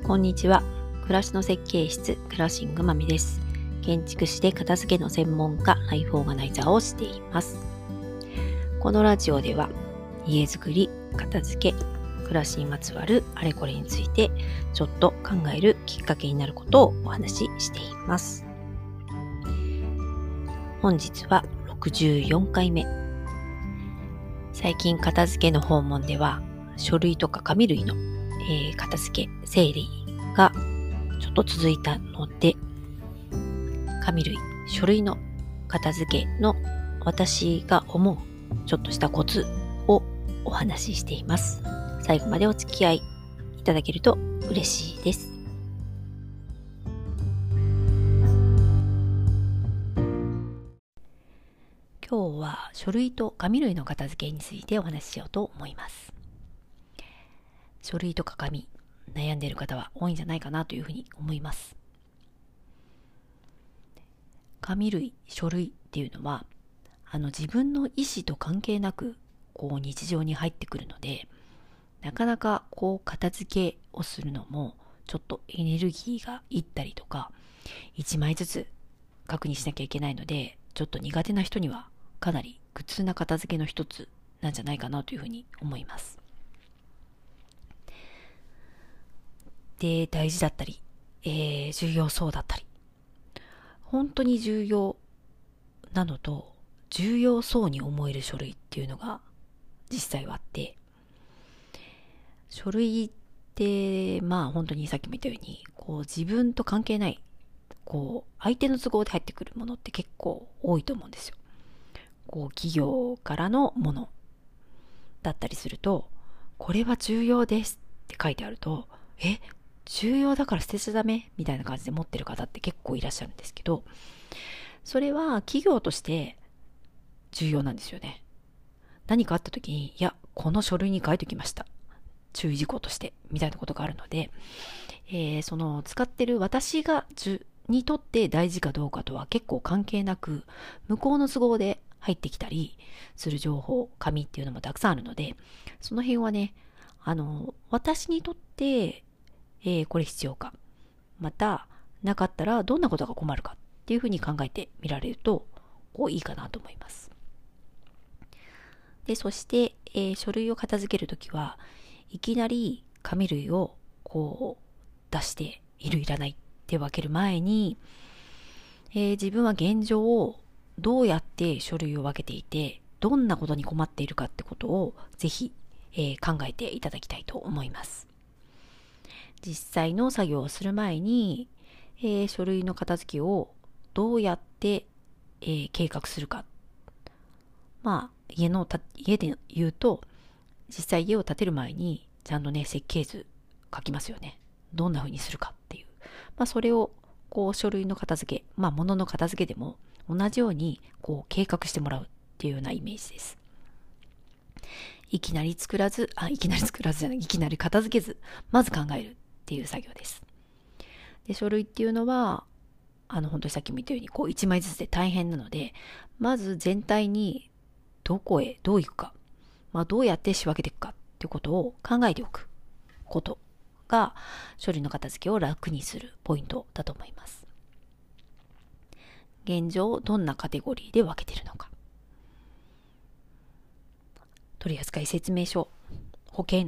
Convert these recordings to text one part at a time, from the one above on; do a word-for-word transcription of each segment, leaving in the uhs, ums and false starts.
こんにちは。暮らしの設計室クラシングまみです。建築士で片付けの専門家、ライフオーガナイザーをしています。このラジオでは家づくり、片付け、暮らしにまつわるあれこれについてちょっと考えるきっかけになることをお話ししています。本日はろくじゅうよんかいめ。最近片付けの訪問では書類とか紙類の、えー、片付け、整理がちょっと続いたので、紙類、書類の片付けの私が思うちょっとしたコツをお話ししています。最後までお付き合いいただけると嬉しいです。今日は書類と紙類の片付けについてお話ししようと思います。書類とか紙、悩んでいる方は多いんじゃないかなというふうに思います。紙類、書類っていうのは、あの自分の意思と関係なくこう日常に入ってくるので、なかなかこう片付けをするのもちょっとエネルギーがいったりとか、一枚ずつ確認しなきゃいけないので、ちょっと苦手な人にはかなり苦痛な片付けの一つなんじゃないかなというふうに思います。で、大事だったり、えー、重要そうだったり、本当に重要なのと重要そうに思える書類っていうのが実際はあって、書類ってまあ本当にさっきも言ったようにこう自分と関係ない、こう相手の都合で入ってくるものって結構多いと思うんですよ。こう企業からのものだったりすると、これは重要ですって書いてあると、え重要だから捨てちゃダメみたいな感じで持ってる方って結構いらっしゃるんですけど、それは企業として重要なんですよね。何かあった時に、いやこの書類に書いておきました、注意事項としてみたいなことがあるので、えー、その使ってる私がじにとって大事かどうかとは結構関係なく、向こうの都合で入ってきたりする情報、紙っていうのもたくさんあるので、その辺はね、あの私にとってえー、これ必要か、またなかったらどんなことが困るかっていうふうに考えてみられるとこういいかなと思います。で、そして、えー、書類を片付けるときはいきなり紙類をこう出しているいらないって分ける前に、えー、自分は現状をどうやって書類を分けていて、どんなことに困っているかってことをぜひ、えー、考えていただきたいと思います。実際の作業をする前に、えー、書類の片付けをどうやって、えー、計画するか。まあ家のた家で言うと、実際家を建てる前にちゃんとね設計図書きますよね。どんな風にするかっていう。まあそれをこう書類の片付け、まあ物の片付けでも同じようにこう計画してもらうっていうようなイメージです。いきなり作らず、あいきなり作らずじゃない、いきなり片付けず、まず考えるっていう作業です。で、書類っていうのはあの本当にさっきも言ったようにこう一枚ずつで大変なので、まず全体にどこへどう行くか、まあ、どうやって仕分けていくかっていうことを考えておくことが書類の片付けを楽にするポイントだと思います。現状どんなカテゴリーで分けているのか、取扱説明書、保険、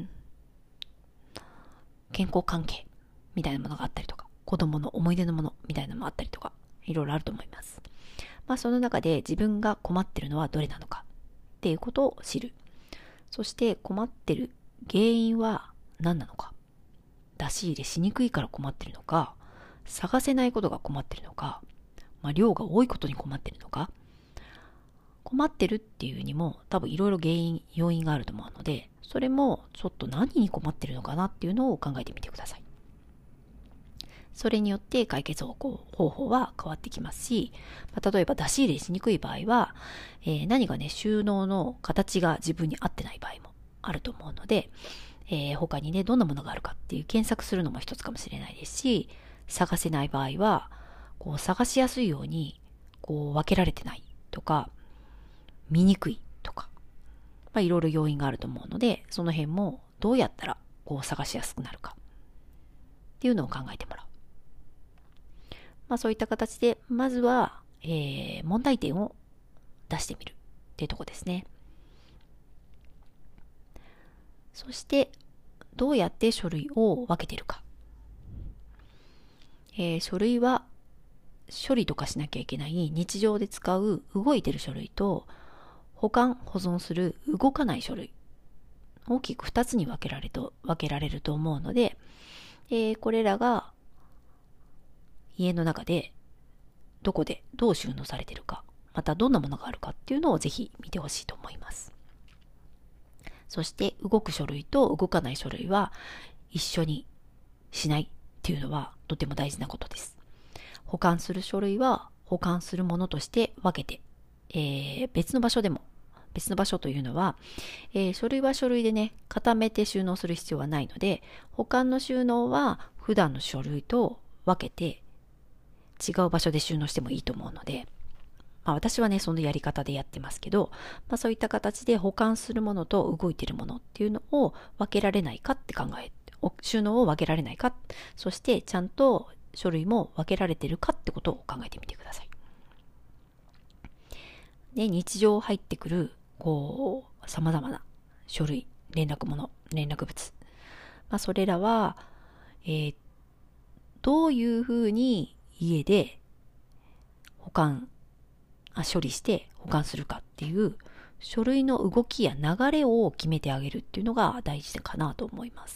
健康関係みたいなものがあったりとか、子供の思い出のものみたいなのもあったりとか、いろいろあると思います。まあその中で自分が困ってるのはどれなのかっていうことを知る。そして困ってる原因は何なのか。出し入れしにくいから困ってるのか、探せないことが困ってるのか、まあ、量が多いことに困ってるのか。困ってるっていうにも多分いろいろ原因、要因があると思うので、それもちょっと何に困ってるのかなっていうのを考えてみてください。それによって解決方法方法は変わってきますし、まあ、例えば出し入れしにくい場合は、えー、何かね収納の形が自分に合ってない場合もあると思うので、えー、他にねどんなものがあるかっていう検索するのも一つかもしれないですし、探せない場合はこう探しやすいようにこう分けられてないとか、見にくいとか、まあ、いろいろ要因があると思うので、その辺もどうやったらこう探しやすくなるかっていうのを考えてもらう。まあそういった形で、まずは、えー、問題点を出してみるっていうところですね。そして、どうやって書類を分けているか。えー、書類は処理とかしなきゃいけない日常で使う動いてる書類と、保管保存する動かない書類、大きくふたつに分けられると分けられると思うので、えー、これらが家の中でどこでどう収納されているか、またどんなものがあるかっていうのをぜひ見てほしいと思います。そして動く書類と動かない書類は一緒にしないっていうのはとても大事なことです。保管する書類は保管するものとして分けて、えー、別の場所でも、別の場所というのは、えー、書類は書類でね、固めて収納する必要はないので、保管の収納は普段の書類と分けて違う場所で収納してもいいと思うので、まあ、私はね、そのやり方でやってますけど、まあ、そういった形で保管するものと動いているものっていうのを分けられないかって考え、収納を分けられないか、そしてちゃんと書類も分けられているかってことを考えてみてください。で、日常入ってくる、こう、様々な書類、連絡物、連絡物。まあ、それらは、えー、どういうふうに家で保管、あ、処理して保管するかっていう書類の動きや流れを決めてあげるっていうのが大事かなと思います。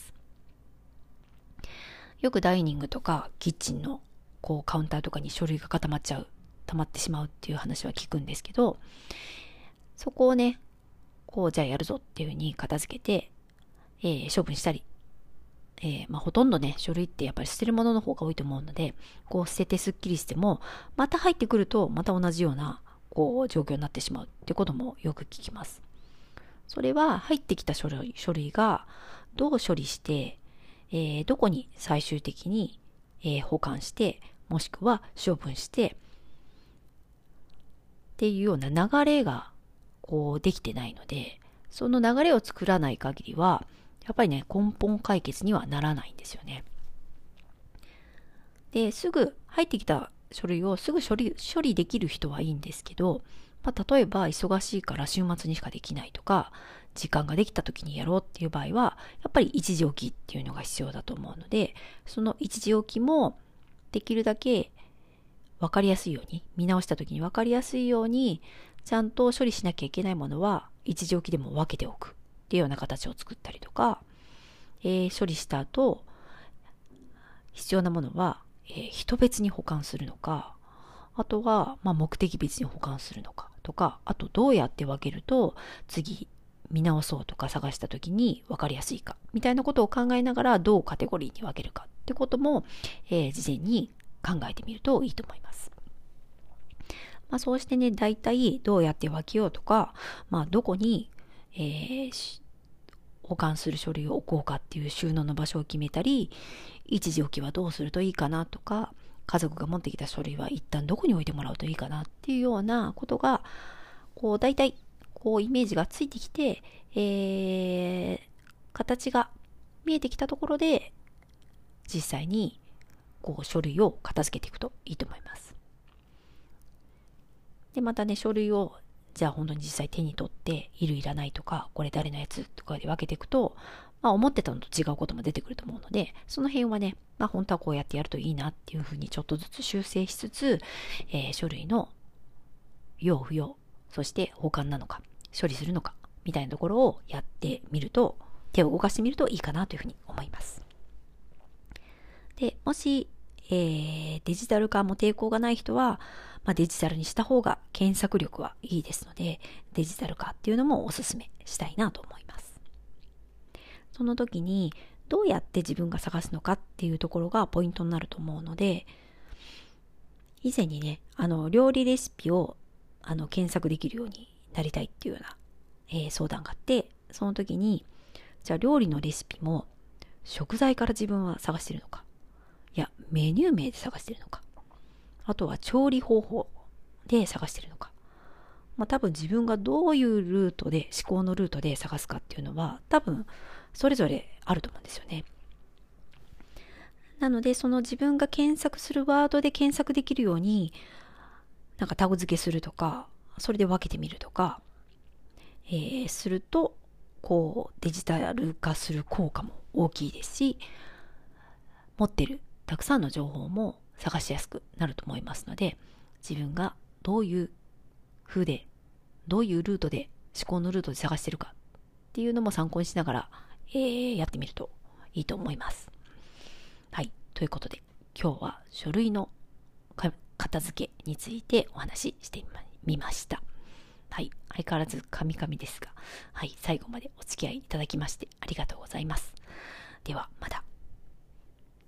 よくダイニングとかキッチンのこうカウンターとかに書類が固まっちゃう、溜まってしまうっていう話は聞くんですけど、そこをね、こうじゃあやるぞっていうふうに片付けて、えー、処分したり、えー、まあほとんどね、書類ってやっぱり捨てるものの方が多いと思うので、こう捨ててすっきりしても、また入ってくるとまた同じようなこう状況になってしまうってこともよく聞きます。それは入ってきた書類、書類がどう処理して、えー、どこに最終的に、えー、保管して、もしくは処分して、っていうような流れがこうできてないので、その流れを作らない限りは、やっぱりね、根本解決にはならないんですよね。で、すぐ入ってきた書類をすぐ処理、処理できる人はいいんですけど、まあ、例えば忙しいから週末にしかできないとか、時間ができた時にやろうっていう場合は、やっぱり一時置きっていうのが必要だと思うので、その一時置きもできるだけ分かりやすいように、見直した時に分かりやすいように、ちゃんと処理しなきゃいけないものは一時置きでも分けておくっていうような形を作ったりとか、えー、処理した後、必要なものは、えー、人別に保管するのか、あとは、まあ、目的別に保管するのかとか、あとどうやって分けると次見直そうとか探した時に分かりやすいかみたいなことを考えながらどうカテゴリーに分けるかってことも、えー、事前に考えてみるといいと思います。まあ、そうしてね、大体どうやって分けようとか、まあ、どこに、えー、保管する書類を置こうかっていう収納の場所を決めたり、一時置きはどうするといいかなとか、家族が持ってきた書類は一旦どこに置いてもらうといいかなっていうようなことが、こう大体こうイメージがついてきて、えー、形が見えてきたところで、実際にこう書類を片付けていくといいと思います。で、またね、書類をじゃあ本当に実際手に取っているいらないとか、これ誰のやつとかで分けていくと、まあ思ってたのと違うことも出てくると思うので、その辺はね、まあ本当はこうやってやるといいなっていうふうにちょっとずつ修正しつつ、えー、書類の要不要、そして保管なのか、処理するのか、みたいなところをやってみると、手を動かしてみるといいかなというふうに思います。で、もし、えー、デジタル化も抵抗がない人は、まあ、デジタルにした方が検索力はいいですので、デジタル化っていうのもおすすめしたいなと思います。その時にどうやって自分が探すのかっていうところがポイントになると思うので、以前にね、あの料理レシピをあの検索できるようになりたいっていうような、えー、相談があって、その時にじゃあ料理のレシピも食材から自分は探してるのか、いやメニュー名で探してるのか、あとは調理方法で探してるのか、まあ多分自分がどういうルートで、思考のルートで探すかっていうのは多分それぞれあると思うんですよね。 なので、その自分が検索するワードで検索できるように、なんかタグ付けするとか、それで分けてみるとか、えー、すると、こう、デジタル化する効果も大きいですし、持ってるたくさんの情報も探しやすくなると思いますので、自分がどういう風で、どういうルートで、思考のルートで探してるかっていうのも参考にしながら、えー、やってみるといいと思います。はい。ということで、今日は書類の片付けについてお話ししてみました。はい。相変わらずカミカミですが、はい。最後までお付き合いいただきましてありがとうございます。では、また